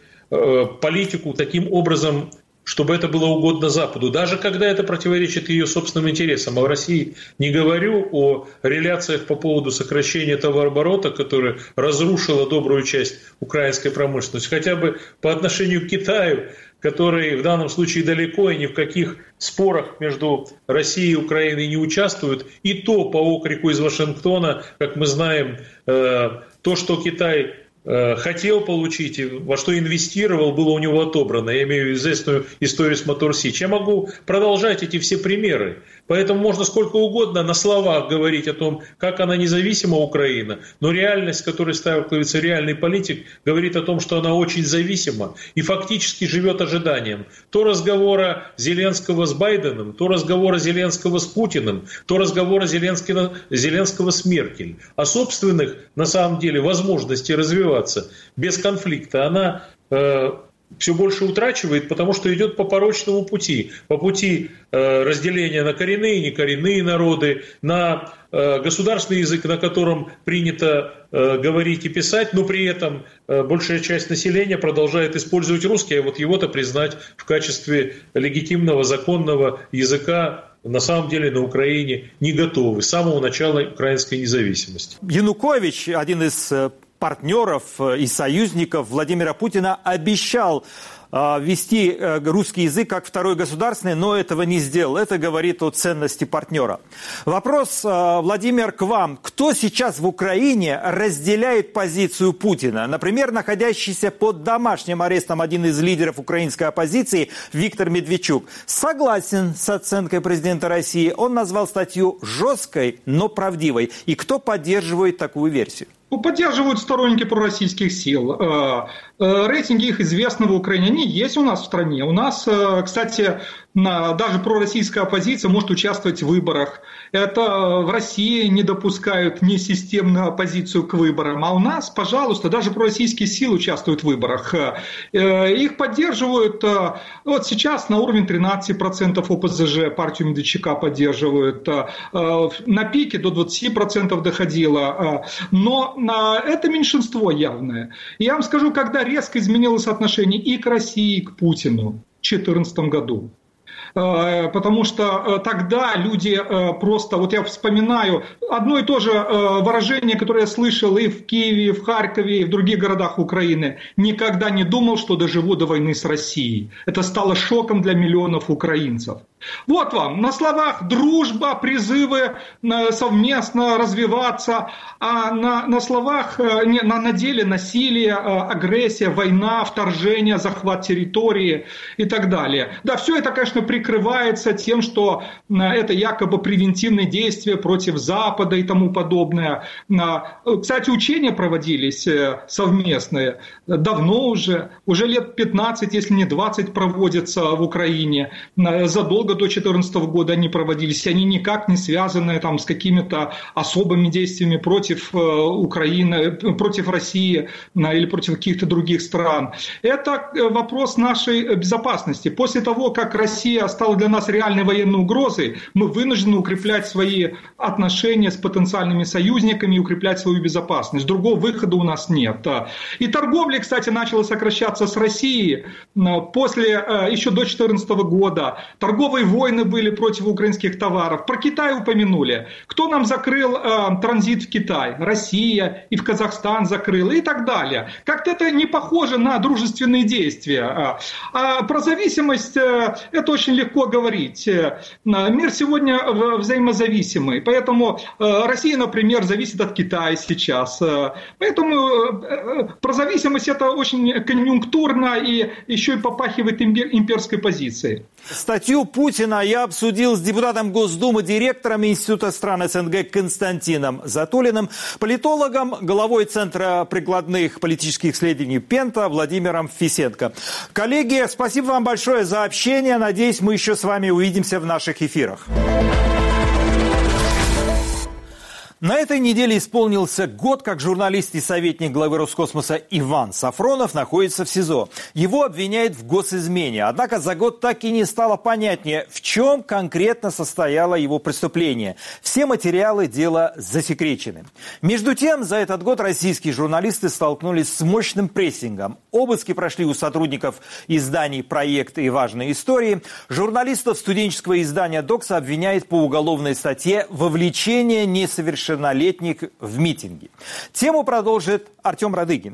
политику таким образом, чтобы это было угодно Западу, даже когда это противоречит ее собственным интересам. А в России не говорю о реляциях по поводу сокращения товарооборота, которое разрушило добрую часть украинской промышленности, хотя бы по отношению к Китаю, который в данном случае далеко и ни в каких спорах между Россией и Украиной не участвует. И то по окрику из Вашингтона, как мы знаем, то, что Китай хотел получить и во что инвестировал, было у него отобрано. Я имею в виду известную историю с Мотор Сич. Я могу продолжать эти все примеры. Поэтому можно сколько угодно на словах говорить о том, как она независима, Украина, но реальность, которой сталкивается реальный политик, говорит о том, что она очень зависима и фактически живет ожиданием. То разговора Зеленского с Байденом, то разговора Зеленского с Путиным, то разговора Зеленского с Меркель. А собственных, на самом деле, возможностей развиваться без конфликта она все больше утрачивает, потому что идет по порочному пути. По пути разделения на коренные и некоренные народы, на государственный язык, на котором принято говорить и писать, но при этом большая часть населения продолжает использовать русский, а вот его-то признать в качестве легитимного, законного языка на самом деле на Украине не готовы с самого начала украинской независимости. Янукович, один из партнеров и союзников Владимира Путина, обещал ввести русский язык как второй государственный, но этого не сделал. Это говорит о ценности партнера. Вопрос, Владимир, к вам. Кто сейчас в Украине разделяет позицию Путина? Например, находящийся под домашним арестом один из лидеров украинской оппозиции Виктор Медведчук согласен с оценкой президента России. Он назвал статью жесткой, но правдивой. И кто поддерживает такую версию? Поддерживают сторонники пророссийских сил. Рейтинги их известны в Украине. Они есть у нас в стране. У нас, кстати, даже пророссийская оппозиция может участвовать в выборах. Это в России не допускают несистемную оппозицию к выборам. А у нас, пожалуйста, даже пророссийские силы участвуют в выборах. Их поддерживают вот сейчас на уровне 13% ОПЗЖ, партию Медведчука поддерживают. На пике до 20% доходило. Но это меньшинство явное. Я вам скажу, когда резко изменилось отношение и к России, и к Путину в 2014 году. Потому что тогда люди просто, вот я вспоминаю одно и то же выражение, которое я слышал и в Киеве, и в Харькове, и в других городах Украины. Никогда не думал, что доживу до войны с Россией. Это стало шоком для миллионов украинцев. Вот вам, на словах дружба, призывы совместно развиваться, а на словах, на деле насилие, агрессия, война, вторжение, захват территории и так далее. Да, все это, конечно, прикрывается тем, что это якобы превентивные действия против Запада и тому подобное. Кстати, учения проводились совместные давно уже лет 15, если не 20 проводятся в Украине. Задолго до 2014 года они проводились, они никак не связаны там, с какими-то особыми действиями против Украины, против России или против каких-то других стран. Это вопрос нашей безопасности. После того, как Россия стала для нас реальной военной угрозой, мы вынуждены укреплять свои отношения с потенциальными союзниками и укреплять свою безопасность. Другого выхода у нас нет. И торговля, кстати, начала сокращаться с Россией после, еще до 2014 года. Торговые войны были против украинских товаров. Про Китай упомянули. Кто нам закрыл транзит в Китай? Россия, и в Казахстан закрыла и так далее. Как-то это не похоже на дружественные действия. А про зависимость это очень легко говорить. Мир сегодня взаимозависимый. Поэтому Россия, например, зависит от Китая сейчас. Поэтому про зависимость это очень конъюнктурно и еще и попахивает имперской позицией. Статью Путина я обсудил с депутатом Госдумы, директором Института стран СНГ Константином Затулиным, политологом, главой Центра прикладных политических исследований Пента Владимиром Фисенко. Коллеги, спасибо вам большое за общение. Надеюсь, мы еще с вами увидимся в наших эфирах. На этой неделе исполнился год, как журналист и советник главы Роскосмоса Иван Сафронов находится в СИЗО. Его обвиняют в госизмене. Однако за год так и не стало понятнее, в чем конкретно состояло его преступление. Все материалы дела засекречены. Между тем, за этот год российские журналисты столкнулись с мощным прессингом. Обыски прошли у сотрудников изданий «Проект» и «Важные истории». Журналистов студенческого издания «Докса» обвиняют по уголовной статье «Вовлечение несовершеннолетних в митинги». Тему продолжит Артем Радыгин.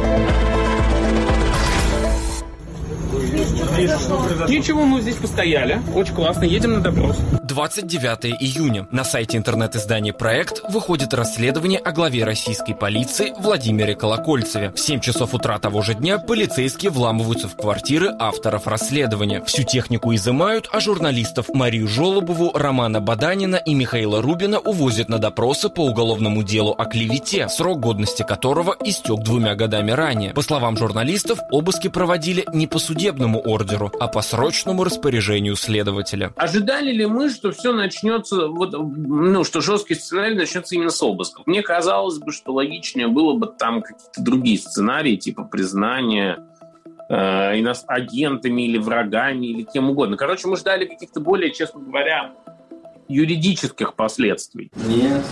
Ничего, мы здесь постояли. Очень классно, едем на допрос. 29 июня. На сайте интернет-издания «Проект» выходит расследование о главе российской полиции Владимире Колокольцеве. В 7 часов утра того же дня полицейские вламываются в квартиры авторов расследования. Всю технику изымают, а журналистов Марию Жолобову, Романа Баданина и Михаила Рубина увозят на допросы по уголовному делу о клевете, срок годности которого истек 2 годами ранее. По словам журналистов, обыски проводили не по судебному ордеру, а по срочному распоряжению следователя. Ожидали ли мы, что все начнется, что жесткий сценарий начнется именно с обысков? Мне казалось бы, что логичнее было бы там какие-то другие сценарии, типа признания агентами или врагами или кем угодно. Короче, мы ждали каких-то более, честно говоря, юридических последствий. Нет,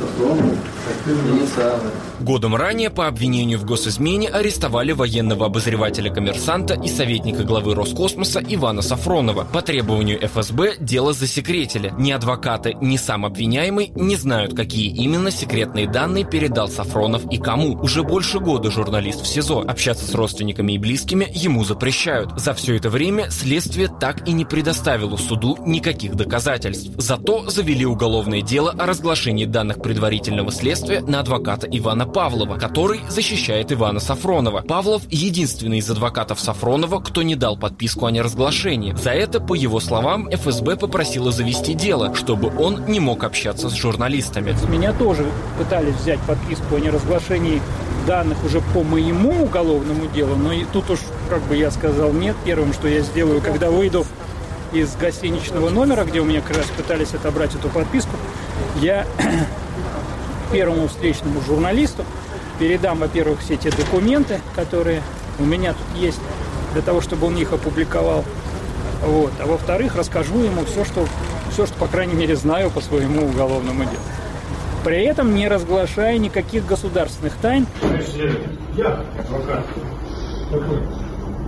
не самое. Годом ранее по обвинению в госизмене арестовали военного обозревателя «Коммерсанта» и советника главы Роскосмоса Ивана Сафронова. По требованию ФСБ дело засекретили. Ни адвокаты, ни сам обвиняемый не знают, какие именно секретные данные передал Сафронов и кому. Уже больше года журналист в СИЗО. Общаться с родственниками и близкими ему запрещают. За все это время следствие так и не предоставило суду никаких доказательств. Зато завели уголовное дело о разглашении данных предварительного следствия на адвоката Ивана Павлова, который защищает Ивана Сафронова. Павлов – единственный из адвокатов Сафронова, кто не дал подписку о неразглашении. За это, по его словам, ФСБ попросила завести дело, чтобы он не мог общаться с журналистами. Меня тоже пытались взять подписку о неразглашении данных уже по моему уголовному делу, но и тут уж, я сказал нет. Первым, что я сделаю, когда выйду из гостиничного номера, где у меня как раз пытались отобрать эту подписку, я первому встречному журналисту передам, во-первых, все те документы, которые у меня тут есть, для того, чтобы он их опубликовал. А во-вторых, расскажу ему все, что, по крайней мере, знаю по своему уголовному делу. При этом не разглашая никаких государственных тайн. Я адвокат.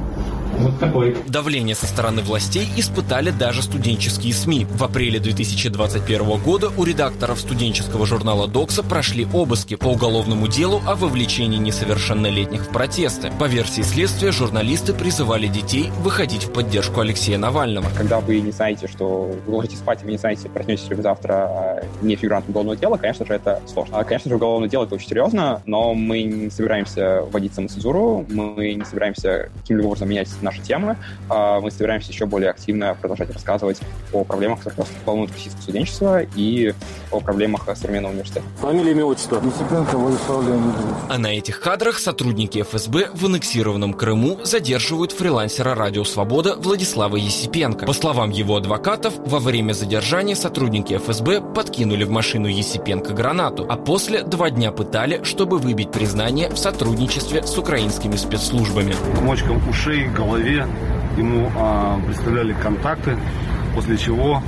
Вот такой. Давление со стороны властей испытали даже студенческие СМИ. В апреле 2021 года у редакторов студенческого журнала «Докса» прошли обыски по уголовному делу о вовлечении несовершеннолетних в протесты. По версии следствия, журналисты призывали детей выходить в поддержку Алексея Навального. Когда вы не знаете, что вы ложитесь спать, и вы не знаете, проснетесь ли вы завтра не фигурантом уголовного дела, конечно же, это сложно. Конечно же, уголовное дело — это очень серьезно, но мы не собираемся вводить самоцензуру, мы не собираемся каким-либо образом менять наши темы, мы собираемся еще более активно продолжать рассказывать о проблемах, которые волнуют российское студенчество, и о проблемах современного университета. Фамилия, имя, отчество. Есипенко Владислав Леонидович. А на этих кадрах сотрудники ФСБ в аннексированном Крыму задерживают фрилансера «Радио Свобода» Владислава Есипенко. По словам его адвокатов, во время задержания сотрудники ФСБ подкинули в машину Есипенко гранату, а после 2 дня пытали, чтобы выбить признание в сотрудничестве с украинскими спецслужбами. Комочком ушей, голове ему представляли контакты, после чего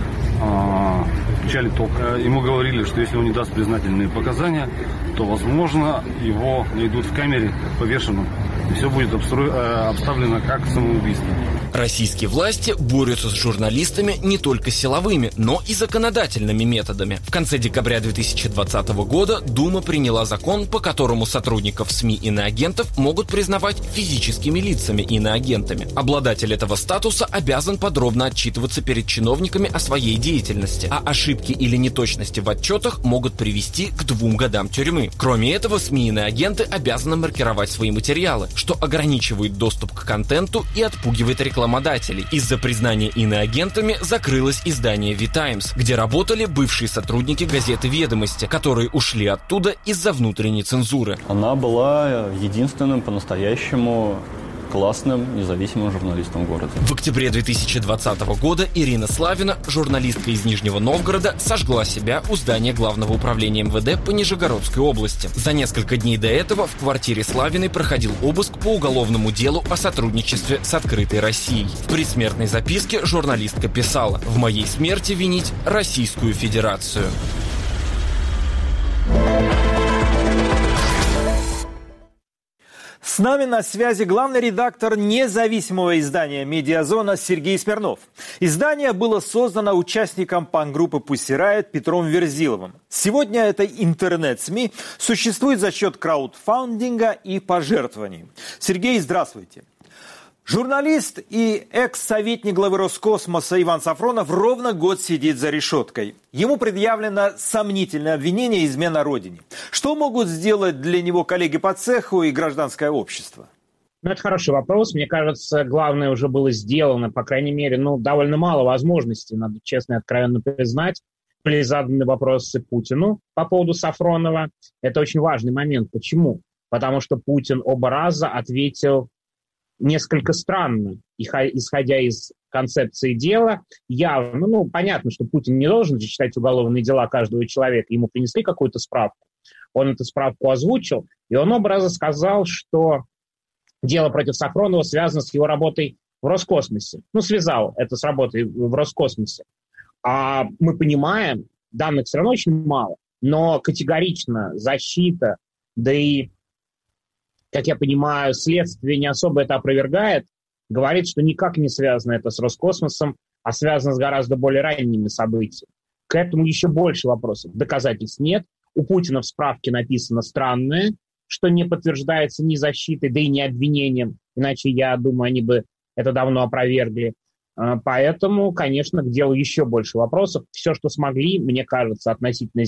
включали ток. Ему говорили, что если он не даст признательные показания, то, возможно, его найдут в камере повешенным. И все будет обставлено как самоубийство. Российские власти борются с журналистами не только силовыми, но и законодательными методами. В конце декабря 2020 года Дума приняла закон, по которому сотрудников СМИ иноагентов могут признавать физическими лицами иноагентами. Обладатель этого статуса обязан подробно отчитываться перед чиновниками о своей деятельности, а ошибки или неточности в отчетах могут привести к 2 годам тюрьмы. Кроме этого, СМИ иноагенты обязаны маркировать свои материалы, что ограничивает доступ к контенту и отпугивает рекламодателей. Из-за признания иноагентами закрылось издание «Ви-Таймс», где работали бывшие сотрудники газеты «Ведомости», которые ушли оттуда из-за внутренней цензуры. Она была единственным по-настоящему классным, независимым журналистом города. В октябре 2020 года Ирина Славина, журналистка из Нижнего Новгорода, сожгла себя у здания Главного управления МВД по Нижегородской области. За несколько дней до этого в квартире Славиной проходил обыск по уголовному делу о сотрудничестве с «Открытой Россией». В предсмертной записке журналистка писала: «В моей смерти винить Российскую Федерацию». С нами на связи главный редактор независимого издания «Медиазона» Сергей Смирнов. Издание было создано участником панк-группы «Пусси Райот» Петром Верзиловым. Сегодня это интернет-СМИ существует за счет краудфандинга и пожертвований. Сергей, здравствуйте. Журналист и экс-советник главы Роскосмоса Иван Сафронов ровно год сидит за решеткой. Ему предъявлено сомнительное обвинение «Измена Родине». Что могут сделать для него коллеги по цеху и гражданское общество? Ну, это хороший вопрос. Мне кажется, главное уже было сделано. По крайней мере, довольно мало возможностей, надо честно и откровенно признать. Были заданы вопросы Путину по поводу Сафронова. Это очень важный момент. Почему? Потому что Путин оба раза ответил несколько странно, исходя из концепции дела. Явно, понятно, что Путин не должен зачитать уголовные дела каждого человека. Ему принесли какую-то справку. Он эту справку озвучил, и он оба раза сказал, что дело против Сафронова связано с его работой в Роскосмосе. Связал это с работой в Роскосмосе. А мы понимаем, данных все равно очень мало, но категорично защита, да и, как я понимаю, следствие не особо это опровергает, говорит, что никак не связано это с Роскосмосом, а связано с гораздо более ранними событиями. К этому еще больше вопросов. Доказательств нет. У Путина в справке написано странное, что не подтверждается ни защитой, да и ни обвинением. Иначе, я думаю, они бы это давно опровергли. Поэтому, конечно, к делу еще больше вопросов. Все, что смогли, мне кажется, относительно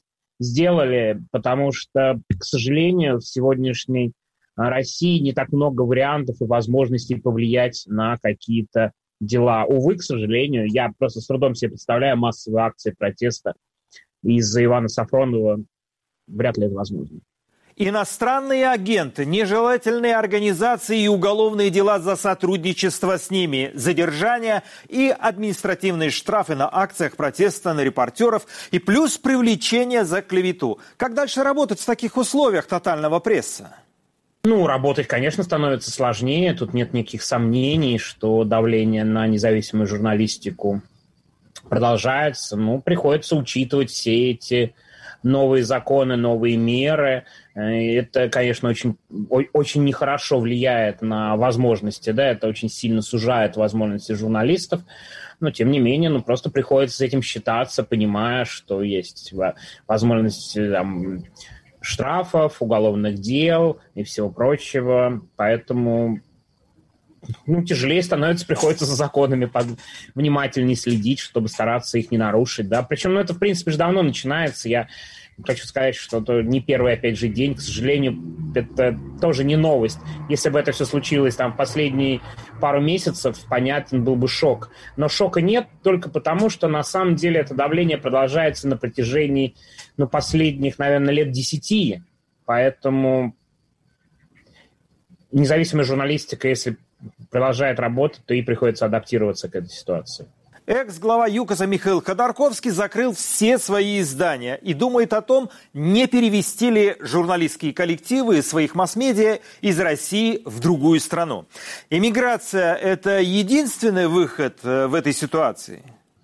сделали, потому что, к сожалению, в сегодняшней России не так много вариантов и возможностей повлиять на какие-то дела. Увы, к сожалению, я просто с трудом себе представляю массовые акции протеста из-за Ивана Сафронова. Вряд ли это возможно. Иностранные агенты, нежелательные организации и уголовные дела за сотрудничество с ними, задержания и административные штрафы на акциях протеста на репортеров и плюс привлечение за клевету. Как дальше работать в таких условиях тотального пресса? Работать, конечно, становится сложнее. Тут нет никаких сомнений, что давление на независимую журналистику продолжается. Приходится учитывать все эти новые законы, новые меры. Это, конечно, очень нехорошо влияет на возможности, да, это очень сильно сужает возможности журналистов. Но, тем не менее, просто приходится с этим считаться, понимая, что есть возможность там, штрафов, уголовных дел и всего прочего. Поэтому тяжелее становится, приходится за законами внимательнее следить, чтобы стараться их не нарушить. Да? Причем это, в принципе, же давно начинается. Я хочу сказать, что это не первый, опять же, день. К сожалению, это тоже не новость. Если бы это все случилось там в последние пару месяцев, понятен был бы шок. Но шока нет только потому, что на самом деле это давление продолжается на протяжении последних, наверное, лет 10. Поэтому независимая журналистика, если продолжает работать, то и приходится адаптироваться к этой ситуации. Экс-глава ЮКОСа Михаил Ходорковский закрыл все свои издания и думает о том, не перевести ли журналистские коллективы своих масс-медиа из России в другую страну. Эмиграция – это единственный выход в этой ситуации?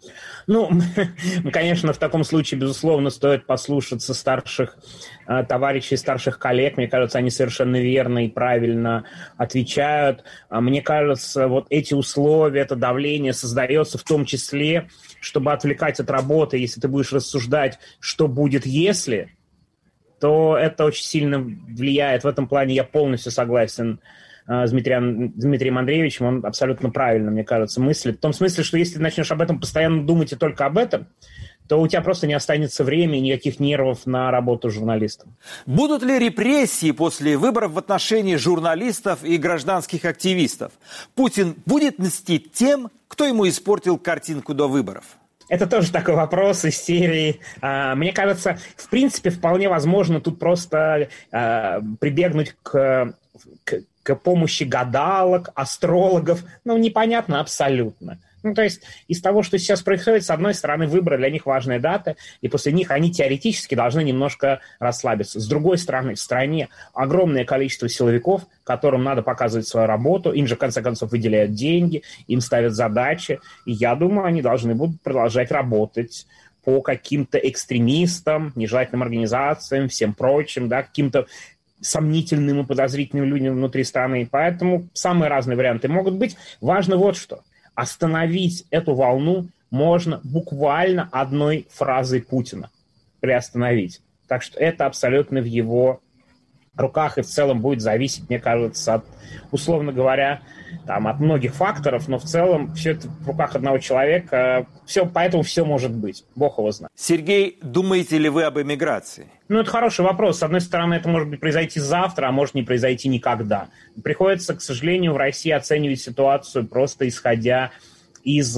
Конечно, в таком случае, безусловно, стоит послушаться старших товарищей, старших коллег. Мне кажется, они совершенно верно и правильно отвечают. Мне кажется, вот эти условия, это давление создается в том числе, чтобы отвлекать от работы. Если ты будешь рассуждать, что будет, если, то это очень сильно влияет. В этом плане я полностью согласен с Дмитрием Андреевичем, он абсолютно правильно, мне кажется, мыслит. В том смысле, что если ты начнешь об этом постоянно думать и только об этом, то у тебя просто не останется времени, никаких нервов на работу журналистом. Будут ли репрессии после выборов в отношении журналистов и гражданских активистов? Путин будет мстить тем, кто ему испортил картинку до выборов? Это тоже такой вопрос из серии. Мне кажется, в принципе, вполне возможно тут просто прибегнуть к помощи гадалок, астрологов. Непонятно абсолютно. То есть из того, что сейчас происходит, с одной стороны, выборы для них важная дата, и после них они теоретически должны немножко расслабиться. С другой стороны, в стране огромное количество силовиков, которым надо показывать свою работу, им же, в конце концов, выделяют деньги, им ставят задачи, и я думаю, они должны будут продолжать работать по каким-то экстремистам, нежелательным организациям, всем прочим, да, каким-то сомнительным и подозрительным людям внутри страны. Поэтому самые разные варианты могут быть. Важно вот что. Остановить эту волну можно буквально одной фразой Путина. Приостановить. Так что это абсолютно в его руках и в целом будет зависеть, мне кажется, от, условно говоря, от многих факторов, но в целом все это в руках одного человека, поэтому все может быть. Бог его знает. Сергей, думаете ли вы об эмиграции? Это хороший вопрос. С одной стороны, это может произойти завтра, а может не произойти никогда. Приходится, к сожалению, в России оценивать ситуацию просто исходя из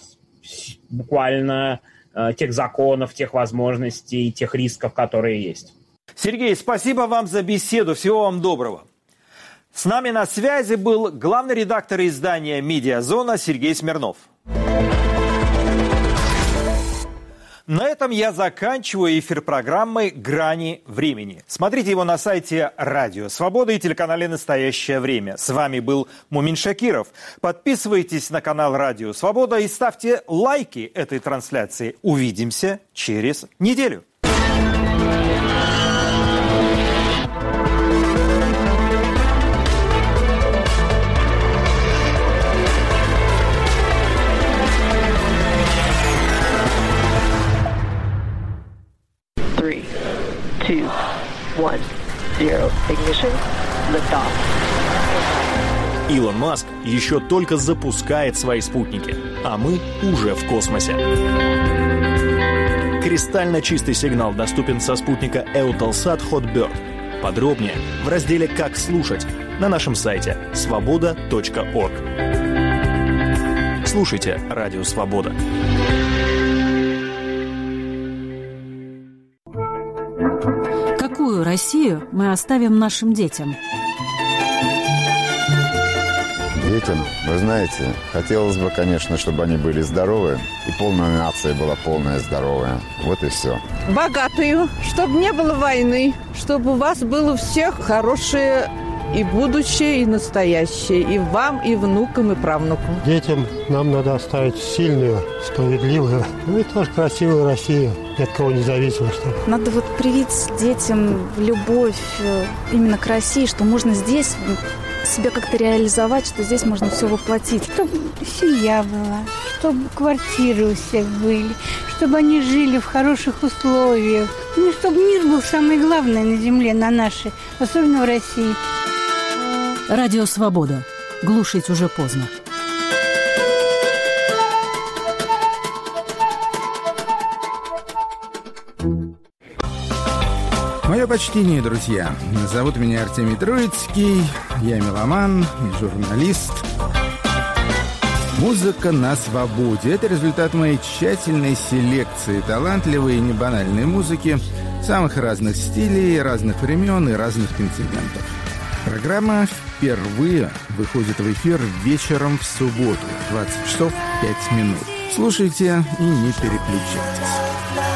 буквально тех законов, тех возможностей, тех рисков, которые есть. Сергей, спасибо вам за беседу. Всего вам доброго. С нами на связи был главный редактор издания «Медиазона» Сергей Смирнов. На этом я заканчиваю эфир программы «Грани времени». Смотрите его на сайте Радио Свобода и телеканале «Настоящее время». С вами был Мумин Шакиров. Подписывайтесь на канал Радио Свобода и ставьте лайки этой трансляции. Увидимся через неделю. Илон Маск еще только запускает свои спутники, а мы уже в космосе. Кристально чистый сигнал доступен со спутника Eutelsat Hotbird. Подробнее в разделе «Как слушать» на нашем сайте svoboda.org. Слушайте Радио Свобода. Какую Россию мы оставим нашим детям? Детям, вы знаете, хотелось бы, конечно, чтобы они были здоровы, и полная нация была полная здоровая. Вот и все. Богатую, чтобы не было войны, чтобы у вас было у всех хорошее и будущее, и настоящее, и вам, и внукам, и правнукам. Детям нам надо оставить сильную, справедливую, ну и тоже красивую Россию, ни от кого не зависимо. Чтобы. Надо вот привить детям любовь именно к России, что можно здесь себя как-то реализовать, что здесь можно все воплотить. Чтобы семья была, чтобы квартиры у всех были, чтобы они жили в хороших условиях. Ну, чтобы мир был самое главное на земле, на нашей, особенно в России. Радио «Свобода». Глушить уже поздно. Мое почтение, друзья. Зовут меня Артемий Троицкий, я меломан и журналист. Музыка на свободе. Это результат моей тщательной селекции талантливой и небанальной музыки самых разных стилей, разных времен и разных континентов. Программа впервые выходит в эфир вечером в субботу, 20 часов 5 минут. Слушайте и не переключайтесь.